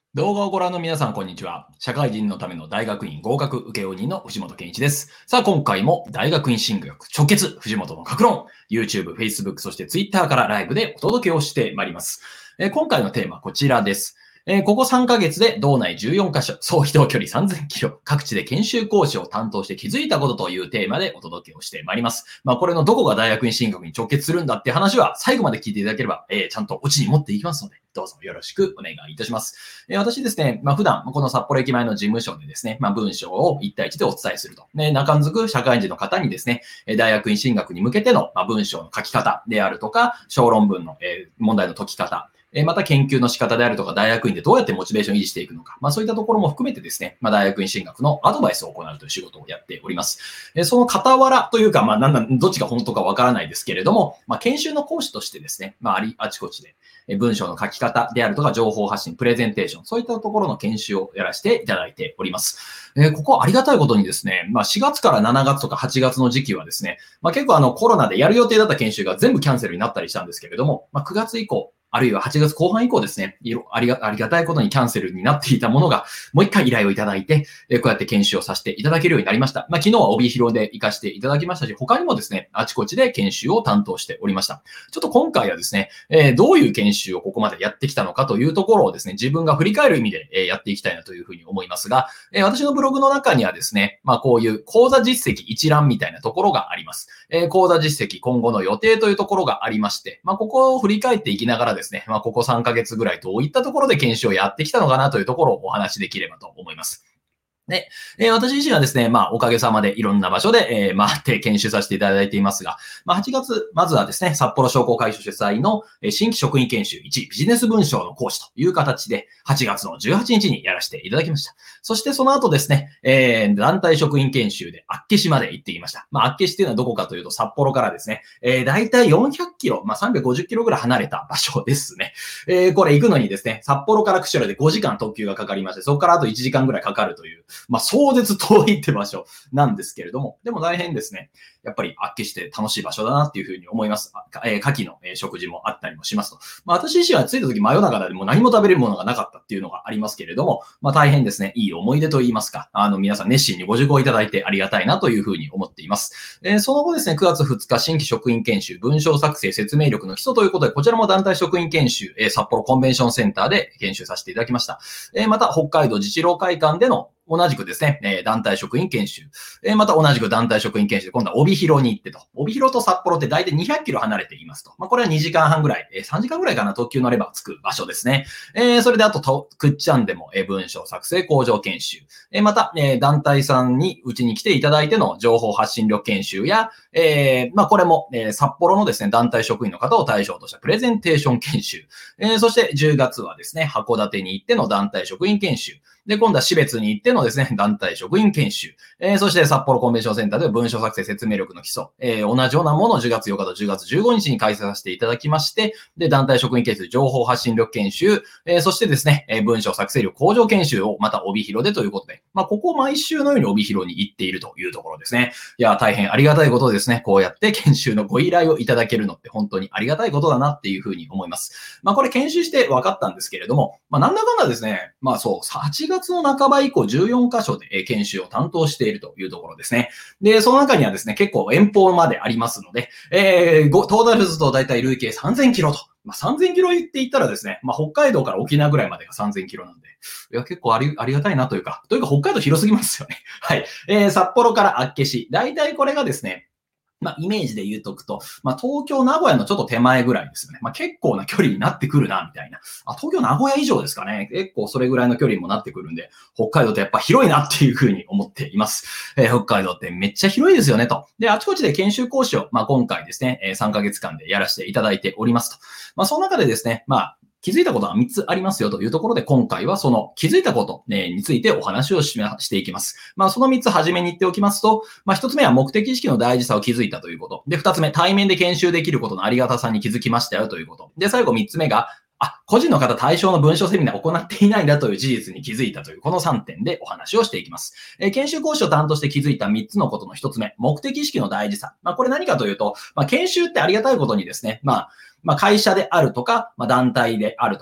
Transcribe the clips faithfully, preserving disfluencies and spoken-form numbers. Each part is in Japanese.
動画をご覧の皆さん、こんにちは。社会人のための大学院合格請負人の藤本健一です。さあ、今回も大学院進学直結、藤本の格論、YouTube、Facebook、そして Twitter からライブでお届けをしてまいります。えー今回のテーマはこちらです。えーここさんかげつで道内じゅうよんカ所、総移動距離さんぜんキロ、各地で研修講師を担当して気づいたことというテーマでお届けをしてまいります。まあ、これのどこが大学院進学に直結するんだっていう話は最後まで聞いていただければ、えーちゃんとオチに持っていきますので、どうぞよろしくお願いいたします。えー私ですね、まあ、普段、この札幌駅前の事務所でですね、まあ、文章をいち対いちでお伝えすると。ね、中づく社会人の方にですね、えー大学院進学に向けての、まあ、文章の書き方であるとか、小論文の、えー問題の解き方、えーまた研究の仕方であるとか、大学院でどうやってモチベーションを維持していくのか、まあそういったところも含めてですね、まあ大学院進学のアドバイスを行うという仕事をやっております。えーその傍らというか、まあなんだ、どっちが本当かわからないですけれども、まあ研修の講師としてですね、まああり、あちこちで、えー文章の書き方であるとか、情報発信、プレゼンテーション、そういったところの研修をやらせていただいております。えーここありがたいことにですね、まあしがつからしちがつとかはちがつの時期はですね、まあ結構あのコロナでやる予定だった研修が全部キャンセルになったりしたんですけれども、まあくがつ以降、あるいははちがつこう半以降ですね、いろありがありがたいことにキャンセルになっていたものが、もう一回依頼をいただいて、えーこうやって研修をさせていただけるようになりました。まあ、昨日は帯広で行かせていただきましたし、他にもですね、あちこちで研修を担当しておりました。ちょっと今回はですね、えーどういう研修をここまでやってきたのかというところをですね、自分が振り返る意味で、えーやっていきたいなというふうに思いますが、えー私のブログの中にはですね、まあこういう講座実績一覧みたいなところがあります。えー講座実績今後の予定というところがありまして、まあここを振り返っていきながらですね、まあここさんかげつぐらいどういったところで研修をやってきたのかなというところをお話しできればと思います。で、えー私自身はですね、まあ、おかげさまでいろんな場所で、えー回って研修させていただいていますが、まあ、はちがつ、まずはですね、札幌商工会所主催のえー新規職員研修いちビジネス文章の講師という形で、はちがつのじゅうはちにちにやらせていただきました。そしてその後ですね、えー団体職員研修で厚岸まで行ってきました。まあ、厚岸っていうのはどこかというと、札幌からですね、えー、だいたいよんひゃくキロ、まあ、さんびゃくごじゅっキロぐらい離れた場所ですね。えーこれ行くのにですね、札幌から釧路でごじかん特急がかかりまして、そこからあといちじかんぐらいかかるという、まあ、壮絶遠いって場所なんですけれども、でも大変ですね、やっぱりあっけして楽しい場所だなっていうふうに思います。あえー、牡蠣の、えー食事もあったりもしますと。まあ、私自身は着いた時真夜中でもう何も食べれるものがなかったっていうのがありますけれども、まあ、大変ですね、いい思い出といいますか、あの、皆さん熱心にご受講いただいてありがたいなというふうに思っています。えーその後ですね、くがつふつか新規職員研修、文章作成説明力の基礎ということで、こちらも団体職員研修、えー札幌コンベンションセンターで研修させていただきました。えーまた、北海道自治労会館での同じくですね、えー団体職員研修。えーまた同じく団体職員研修で、今度は帯広に行ってと。帯広と札幌って大体にひゃくキロ離れていますと。まあ、これはにじかんはんぐらい、えーさんじかんぐらいかな、特急乗れば着く場所ですね。えーそれであとと、くっちゃんでも、えー文章作成工場研修。えーまた、えー団体さんにうちに来ていただいての情報発信力研修や、えーまあ、これも、えー札幌のですね、団体職員の方を対象としたプレゼンテーション研修。えーそしてじゅうがつはですね、函館に行っての団体職員研修。で、今度は標別に行ってのですね、団体職員研修。えーそして札幌コンベンションセンターで文章作成説明力の基礎。えー同じようなものをじゅうがつようかとじゅうがつじゅうごにちに開催させていただきまして、で、団体職員研修、情報発信力研修、えーそしてですね、えー文章作成力向上研修をまた帯広でということで、まあ、ここ毎週のように帯広に行っているというところですね。いや、大変ありがたいことですね。こうやって研修のご依頼をいただけるのって本当にありがたいことだなっていうふうに思います。まあ、これ研修して分かったんですけれども、まあ、なんだかんだですね、まあそう、はちがつの半ば以降じゅうよんカ所でえー研修を担当しているというところですね。で、その中にはですね、結構遠方までありますので、えー、ごトータルするとだいたい累計さんぜんキロと。まあ、さんぜんキロ言って言ったらですね、まあ、北海道から沖縄ぐらいまでがさんぜんキロなんで、いや、結構あり、ありがたいなというか、というか北海道広すぎますよね。はい。えー、札幌から厚岸。だいたいこれがですね、まあ、イメージで言うとくと、まあ、東京、名古屋のちょっと手前ぐらいですよね。まあ、結構な距離になってくるな、みたいな。あ、東京、名古屋以上ですかね。結構それぐらいの距離にもなってくるんで、北海道ってやっぱ広いなっていうふうに思っています。えー北海道ってめっちゃ広いですよね、と。で、あちこちで研修講師を、まあ、今回ですね、えーさんかげつかんでやらせていただいておりますと。まあ、その中でですね、まあ、気づいたことはみっつありますよというところで、今回はその気づいたことについてお話をししていきます。まあ、そのみっつ初めに言っておきますと、まあ、ひとつめは目的意識の大事さを気づいたということ。で、ふたつめ、対面で研修できることのありがたさに気づきましたよということ。で、最後みっつめが、あ、個人の方対象の文書セミナーを行っていないんだという事実に気づいたという、このさんてんでお話をしていきます。えー研修講師を担当して気づいたみっつのことのひとつめ、目的意識の大事さ。まあ、これ何かというと、まあ、研修ってありがたいことにですね、まあ、まあ、会社であるとか、まあ、団体であるとか、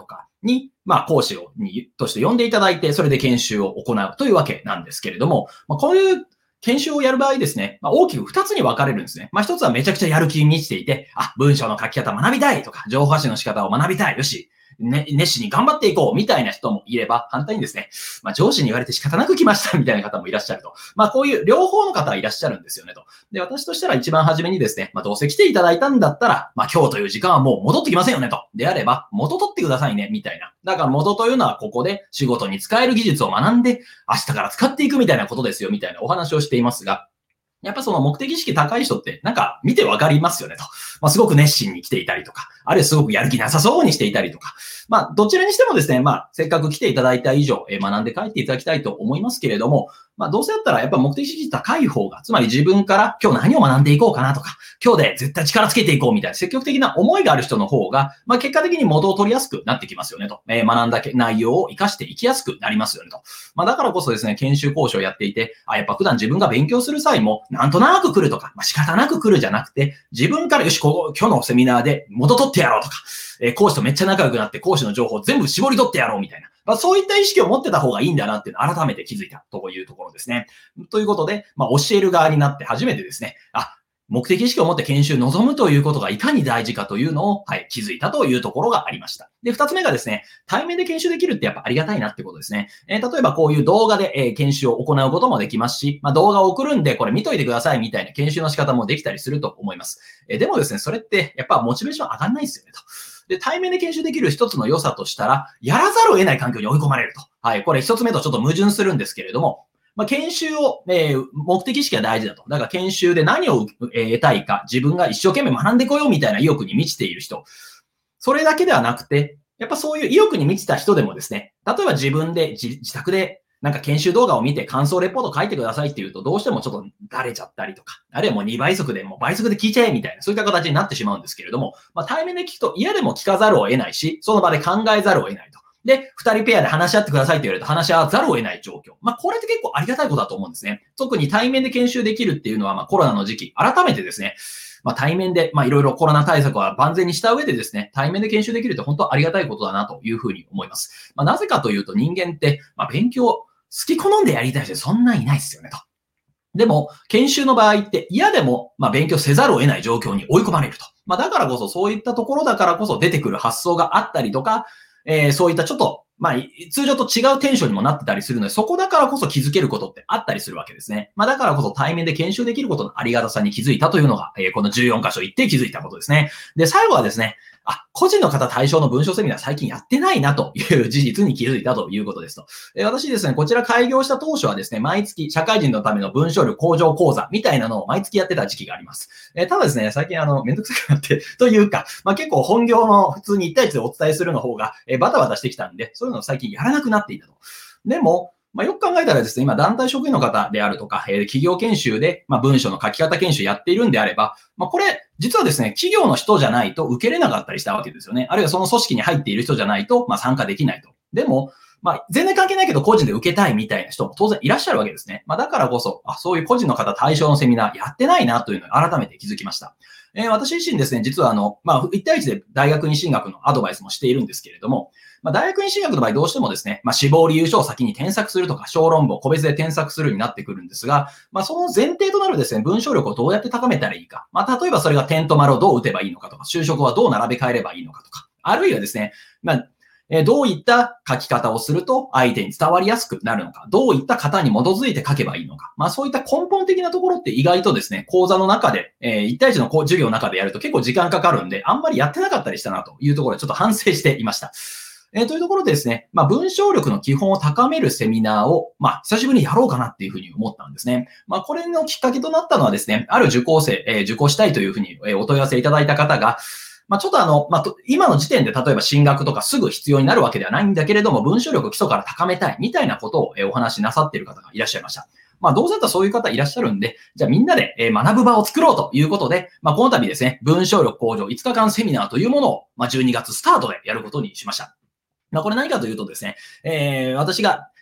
に、まあ、講師を、に、として呼んでいただいて、それで研修を行うというわけなんですけれども、まあ、こういう研修をやる場合ですね、まあ、大きく二つに分かれるんですね。まあ、一つはめちゃくちゃやる気に満ちていて、あ、文章の書き方学びたいとか、情報発信の仕方を学びたい。よし。ね、熱心に頑張っていこうみたいな人もいれば、反対にですね、まあ上司に言われて仕方なく来ましたみたいな方もいらっしゃると。まあこういう両方の方はいらっしゃるんですよねと。で、私としたら一番初めにですね、まあどうせ来ていただいたんだったら、まあ今日という時間はもう戻ってきませんよねと。であれば、元取ってくださいね、みたいな。だから元というのはここで仕事に使える技術を学んで、明日から使っていくみたいなことですよ、みたいなお話をしていますが、やっぱその目的意識高い人ってなんか見てわかりますよねと。まあすごく熱心に来ていたりとか、あるいはすごくやる気なさそうにしていたりとか。まあどちらにしてもですね、まあせっかく来ていただいた以上、え学んで帰っていただきたいと思いますけれども、まあどうせだったらやっぱ目的意識高い方が、つまり自分から今日何を学んでいこうかなとか、今日で絶対力つけていこうみたいな積極的な思いがある人の方が、まあ結果的に元を取りやすくなってきますよねと。えー、学んだ内容を活かしていきやすくなりますよねと。まあだからこそですね、研修講師をやっていて、あ、やっぱ普段自分が勉強する際も、なんとなく来るとか、まあ仕方なく来るじゃなくて、自分からよし、ここ、今日のセミナーで元取ってやろうとか、えー、講師とめっちゃ仲良くなって講師の情報を全部絞り取ってやろうみたいな。まあ、そういった意識を持ってた方がいいんだなっていうのを改めて気づいたというところですね。ということで、まあ、教える側になって初めてですね、あ、目的意識を持って研修に臨むということがいかに大事かというのを、はい、気づいたというところがありました。で、二つ目がですね、対面で研修できるってやっぱありがたいなってことですね。えー、例えばこういう動画で、えー、研修を行うこともできますし、まあ、動画を送るんでこれ見といてくださいみたいな研修の仕方もできたりすると思います。えー、でもですね、それってやっぱモチベーション上がんないですよねと。で、対面で研修できる一つの良さとしたら、やらざるを得ない環境に追い込まれると。はい、これ一つ目とちょっと矛盾するんですけれども、まあ、研修を、えー、目的意識が大事だと。だから研修で何を、えー、得たいか、自分が一生懸命学んでこようみたいな意欲に満ちている人。それだけではなくて、やっぱそういう意欲に満ちた人でもですね、例えば自分で自、自宅でなんか研修動画を見て感想レポート書いてくださいって言うと、どうしてもちょっとだれちゃったりとか、あるいはもうにばい速でもう倍速で聞いちゃえみたいな、そういった形になってしまうんですけれども、まあ、対面で聞くと嫌でも聞かざるを得ないし、その場で考えざるを得ないと。で、二人ペアで話し合ってくださいって言われると話し合わざるを得ない状況。まあ、これって結構ありがたいことだと思うんですね。特に対面で研修できるっていうのは、まあ、コロナの時期、改めてですね、まあ、対面で、まあ、いろいろコロナ対策は万全にした上でですね、対面で研修できるって本当ありがたいことだなというふうに思います。まあ、なぜかというと人間って、まあ、勉強好き好んでやりたい人そんないないですよねと。でも、研修の場合って嫌でも、まあ、勉強せざるを得ない状況に追い込まれると。まあ、だからこそ、そういったところだからこそ出てくる発想があったりとか、えー、そういったちょっと、まあ、通常と違うテンションにもなってたりするので、そこだからこそ気づけることってあったりするわけですね。まあ、だからこそ対面で研修できることのありがたさに気づいたというのが、えー、このじゅうよん箇所言って気づいたことですね。で、最後はですね、あ、個人の方対象の文章セミナー最近やってないなという事実に気づいたということですと。えー、私ですね、こちら開業した当初はですね、毎月社会人のための文章力向上講座みたいなのを毎月やってた時期があります。えー、ただですね、最近あの、めんどくさくなって、というか、まあ、結構本業の普通に一対一でお伝えするの方が、えー、バタバタしてきたんで、そういうのを最近やらなくなっていたと。でも、まあ、よく考えたらですね、今団体職員の方であるとか、えー、企業研修で、まあ、文章の書き方研修やっているんであれば、まあ、これ、実はですね、企業の人じゃないと受けれなかったりしたわけですよね。あるいはその組織に入っている人じゃないと、まあ、参加できないと。でも、まあ、全然関係ないけど個人で受けたいみたいな人も当然いらっしゃるわけですね。まあ、だからこそ、あ、そういう個人の方対象のセミナーやってないなというのを改めて気づきました。えー、私自身ですね、実はあの、まあ、一対一で大学院進学のアドバイスもしているんですけれども、まあ、大学院進学の場合どうしてもですね、まあ、志望理由書を先に添削するとか、小論文を個別で添削するようになってくるんですが、まあ、その前提となるですね、文章力をどうやって高めたらいいか。まあ、例えばそれが点と丸をどう打てばいいのかとか、就職はどう並べ替えればいいのかとか、あるいはですね、まあ、えどういった書き方をすると相手に伝わりやすくなるのか、どういった型に基づいて書けばいいのか。まあそういった根本的なところって意外とですね、講座の中で、えー、一対一の授業の中でやると結構時間かかるんで、あんまりやってなかったりしたなというところでちょっと反省していました。えー、というところでですね、まあ文章力の基本を高めるセミナーを、まあ久しぶりにやろうかなっていうふうに思ったんですね。まあこれのきっかけとなったのはですね、ある受講生、えー、受講したいというふうにお問い合わせいただいた方が、まあ、ちょっとあの、まあ、今の時点で例えば進学とかすぐ必要になるわけではないんだけれども、文章力を基礎から高めたいみたいなことをお話しなさっている方がいらっしゃいました。まあ、どうせだったらそういう方いらっしゃるんで、じゃあみんなで学ぶ場を作ろうということで、まあ、この度ですね、文章力向上いつかかんセミナーというものを、まあ、じゅうにがつスタートでやることにしました。まあ、これ何かというとですね、えー、私が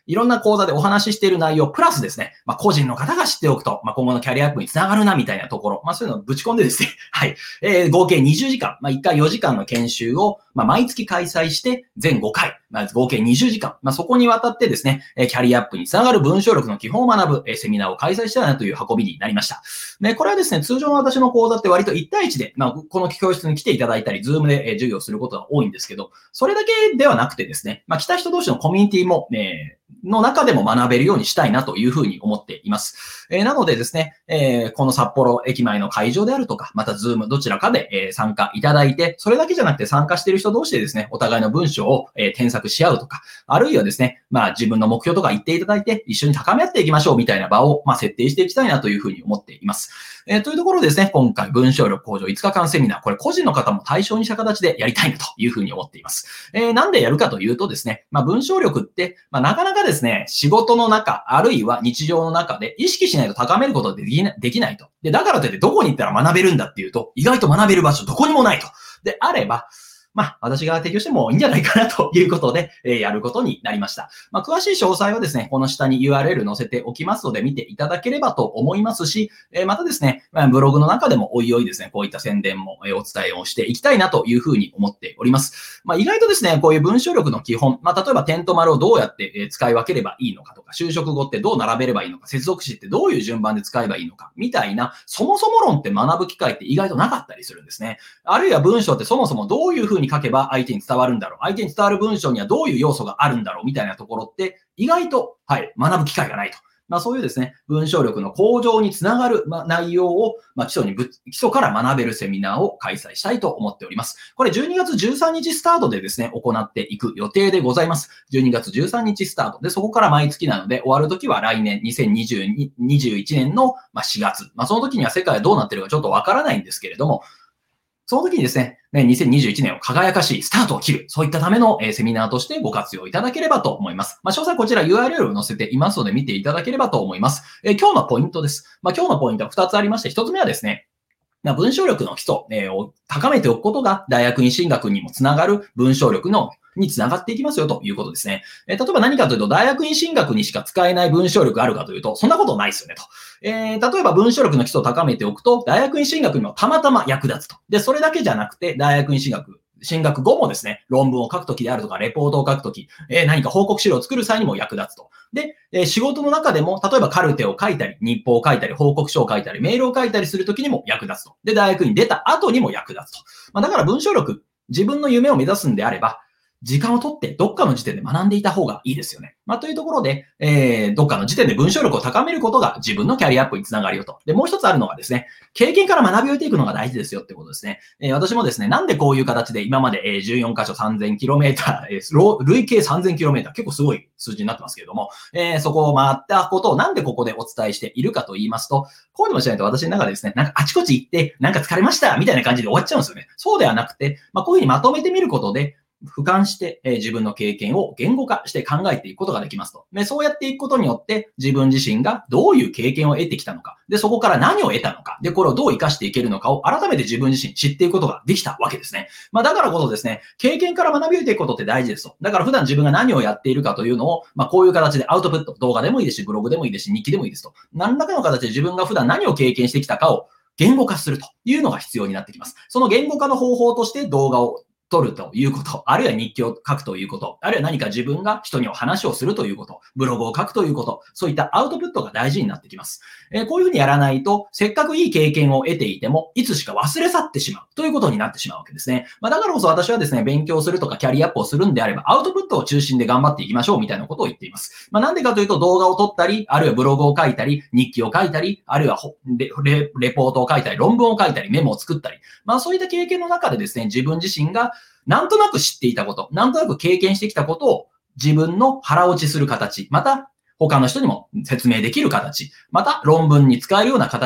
いろんな講座でお話ししている内容、プラスですね、まあ、個人の方が知っておくと、まあ、今後のキャリアアップにつながるな、みたいなところ、まあ、そういうのをぶち込んでですね、はい、えー、合計にじゅうじかん、まあ、いっかいよじかんの研修を、まあ、毎月開催して、全ごかい、まあ、合計にじゅうじかん、まあ、そこにわたってですね、キャリアアップにつながる文章力の基本を学ぶセミナーを開催したいなという運びになりました。で、これはですね、通常の私の講座って割といち対いちで、まあ、この教室に来ていただいたり、ズームで授業することが多いんですけど、それだけではなくてですね、まあ、来た人同士のコミュニティも、ね、の中でも学べるようにしたいなというふうに思っています。えー、なのでですね、えー、この札幌駅前の会場であるとか、またズームどちらかで、えー、参加いただいて、それだけじゃなくて参加している人同士でですね、お互いの文章を、えー、添削し合うとか、あるいはですね、まあ自分の目標とか言っていただいて、一緒に高め合っていきましょうみたいな場を、まあ、設定していきたいなというふうに思っています。えー、というところでですね、今回文章力向上いつかかんセミナー、これ個人の方も対象にした形でやりたいなというふうに思っています。えー、なんでやるかというとですね、まあ文章力って、まあなかなかですね、仕事の中、あるいは日常の中で意識しないと高めることができない、できないと。で、だからといってどこに行ったら学べるんだっていうと、意外と学べる場所どこにもないと。であれば、まあ、私が提供してもいいんじゃないかなということで、えー、やることになりました。まあ、詳しい詳細はですね、この下に ユーアールエル 載せておきますので見ていただければと思いますし、えー、またですね、まあ、ブログの中でもおいおいですね、こういった宣伝もお伝えをしていきたいなというふうに思っております。まあ、意外とですね、こういう文章力の基本、まあ、例えば点と丸をどうやって使い分ければいいのかとか、就職後ってどう並べればいいのか、接続詞ってどういう順番で使えばいいのか、みたいな、そもそも論って学ぶ機会って意外となかったりするんですね。あるいは文章ってそもそもどういうふうに書けば相手に伝わるんだろう。相手に伝わる文章にはどういう要素があるんだろうみたいなところって意外と、はい、学ぶ機会がないと。まあそういうですね、文章力の向上につながる、まあ、内容を、まあ、基礎にぶ、基礎から学べるセミナーを開催したいと思っております。これじゅうにがつじゅうさんにちスタートでですね、行っていく予定でございます。じゅうにがつじゅうさんにちスタートで、そこから毎月なので、終わるときは来年にせんにじゅうに、にじゅういちねんのしがつ。まあその時には世界はどうなってるかちょっとわからないんですけれども、その時にですね、にせんにじゅういちねんを輝かしいスタートを切る。そういったためのセミナーとしてご活用いただければと思います。まあ、詳細こちら ユーアールエル を載せていますので見ていただければと思います。えー、今日のポイントです。まあ、今日のポイントはふたつありまして、ひとつめはですね、文章力の基礎を高めておくことが大学院進学にもつながる文章力のにつながっていきますよということですね。えー、例えば何かというと、大学院進学にしか使えない文章力があるかというと、そんなことないですよねと。えー、例えば文章力の基礎を高めておくと、大学院進学にもたまたま役立つと。で、それだけじゃなくて、大学院進学、進学後もですね、論文を書くときであるとか、レポートを書くとき、えー、何か報告資料を作る際にも役立つと。で、えー、仕事の中でも、例えばカルテを書いたり、日報を書いたり、報告書を書いたり、メールを書いたりするときにも役立つと。で、大学に出た後にも役立つと。まあ、だから文章力、自分の夢を目指すんであれば、時間を取ってどっかの時点で学んでいた方がいいですよね。まあ、というところで、えー、どっかの時点で文章力を高めることが自分のキャリアアップにつながるよと。で、もう一つあるのがですね、経験から学びを得ていくのが大事ですよってことですね。えー、私もですね、なんでこういう形で今までじゅうよんかしょ さんぜんキロメーター、えー、累計 さんぜんキロメーター、結構すごい数字になってますけれども、えー、そこを回ったことをなんでここでお伝えしているかと言いますと、こうでもしないと私の中でですね、なんかあちこち行って、なんか疲れましたみたいな感じで終わっちゃうんですよね。そうではなくて、まあ、こういうふうにまとめてみることで、俯瞰して、えー、自分の経験を言語化して考えていくことができますと。で、そうやっていくことによって自分自身がどういう経験を得てきたのか。で、そこから何を得たのか。で、これをどう活かしていけるのかを改めて自分自身知っていくことができたわけですね。まあだからこそですね、経験から学びを得ていくことって大事ですと。だから普段自分が何をやっているかというのを、まあこういう形でアウトプット、動画でもいいですし、ブログでもいいですし、日記でもいいですと。何らかの形で自分が普段何を経験してきたかを言語化するというのが必要になってきます。その言語化の方法として動画を撮るということ、あるいは日記を書くということ、あるいは何か自分が人に話をするということ、ブログを書くということ、そういったアウトプットが大事になってきます。えー、こういうふうにやらないと、せっかくいい経験を得ていても、いつしか忘れ去ってしまうということになってしまうわけですね。まあ、だからこそ私はですね、勉強するとかキャリアアップをするんであれば、アウトプットを中心で頑張っていきましょうみたいなことを言っています。まあ、なんでかというと、動画を撮ったり、あるいはブログを書いたり、日記を書いたり、あるいはレ、レ、レポートを書いたり、論文を書いたり、メモを作ったり、まあそういった経験の中でですね、自分自身がなんとなく知っていたこと、なんとなく経験してきたことを自分の腹落ちする形、また他の人にも説明できる形、また論文に使えるような形で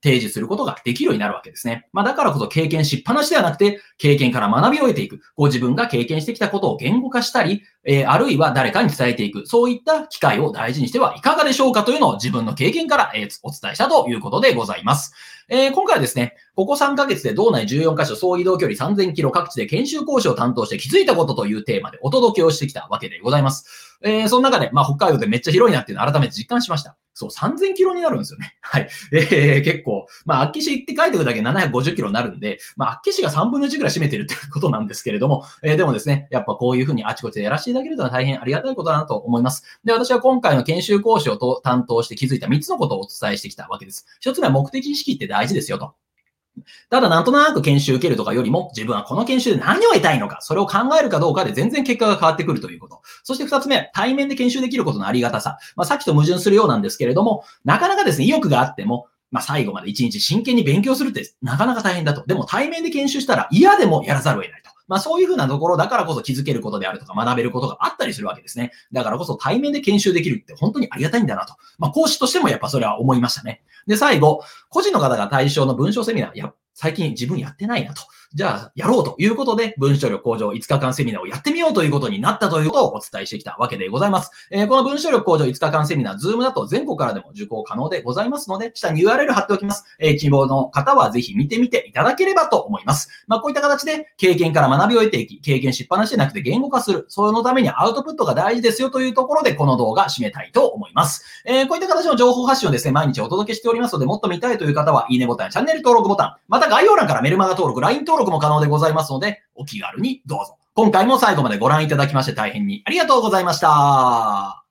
提示することができるようになるわけですね。まあだからこそ経験しっぱなしではなくて、経験から学びを得ていく。こう自分が経験してきたことを言語化したり、えー、あるいは誰かに伝えていく。そういった機会を大事にしてはいかがでしょうかというのを自分の経験から、えー、お伝えしたということでございます。えー、今回はですね、ここさんかげつで道内じゅうよんかしょ総移動距離さんぜんキロ各地で研修講師を担当して気づいたことというテーマでお届けをしてきたわけでございます。えー、その中で、まあ、北海道でめっちゃ広いなっていうのを改めて実感しました。そう、さんぜんキロになるんですよね。はい。えー、結構、まあ、厚岸行って帰ってくるだけななひゃくごじゅっキロになるんで、まあ、厚岸がさんぶんのいちぐらい占めてるってことなんですけれども、えー、でもですね、やっぱこういうふうにあちこちでやらせていただけるのは大変ありがたいことだなと思います。で、私は今回の研修講師をと担当して気づいたみっつのことをお伝えしてきたわけです。ひとつめは目的意識って大事ですよと。ただなんとなく研修受けるとかよりも、自分はこの研修で何を得たいのか、それを考えるかどうかで全然結果が変わってくるということ。そして二つ目、対面で研修できることのありがたさ。まあ、さっきと矛盾するようなんですけれども、なかなかですね、意欲があっても、まあ、最後まで一日真剣に勉強するってなかなか大変だと。でも対面で研修したら嫌でもやらざるを得ないと。まあそういうふうなところだからこそ気づけることであるとか学べることがあったりするわけですね。だからこそ対面で研修できるって本当にありがたいんだなと。まあ講師としてもやっぱそれは思いましたね。で、最後、個人の方が対象の文章セミナー、や最近自分やってないなと。じゃあ、やろうということで、文章力向上いつかかんセミナーをやってみようということになったということをお伝えしてきたわけでございます。えー、この文章力向上いつかかんセミナー、ズームだと全国からでも受講可能でございますので、下に ユーアールエル 貼っておきます。えー、希望の方はぜひ見てみていただければと思います。まあ、こういった形で経験から学びを得ていき、経験しっぱなしでなくて言語化する。そのためにアウトプットが大事ですよというところで、この動画締めたいと思います。えー、こういった形の情報発信をですね、毎日お届けしておりますので、もっと見たいという方は、いいねボタン、チャンネル登録ボタン、また概要欄からメルマガ登録、ライン 登録も可能でございますので、お気軽にどうぞ。今回も最後までご覧いただきまして大変にありがとうございました。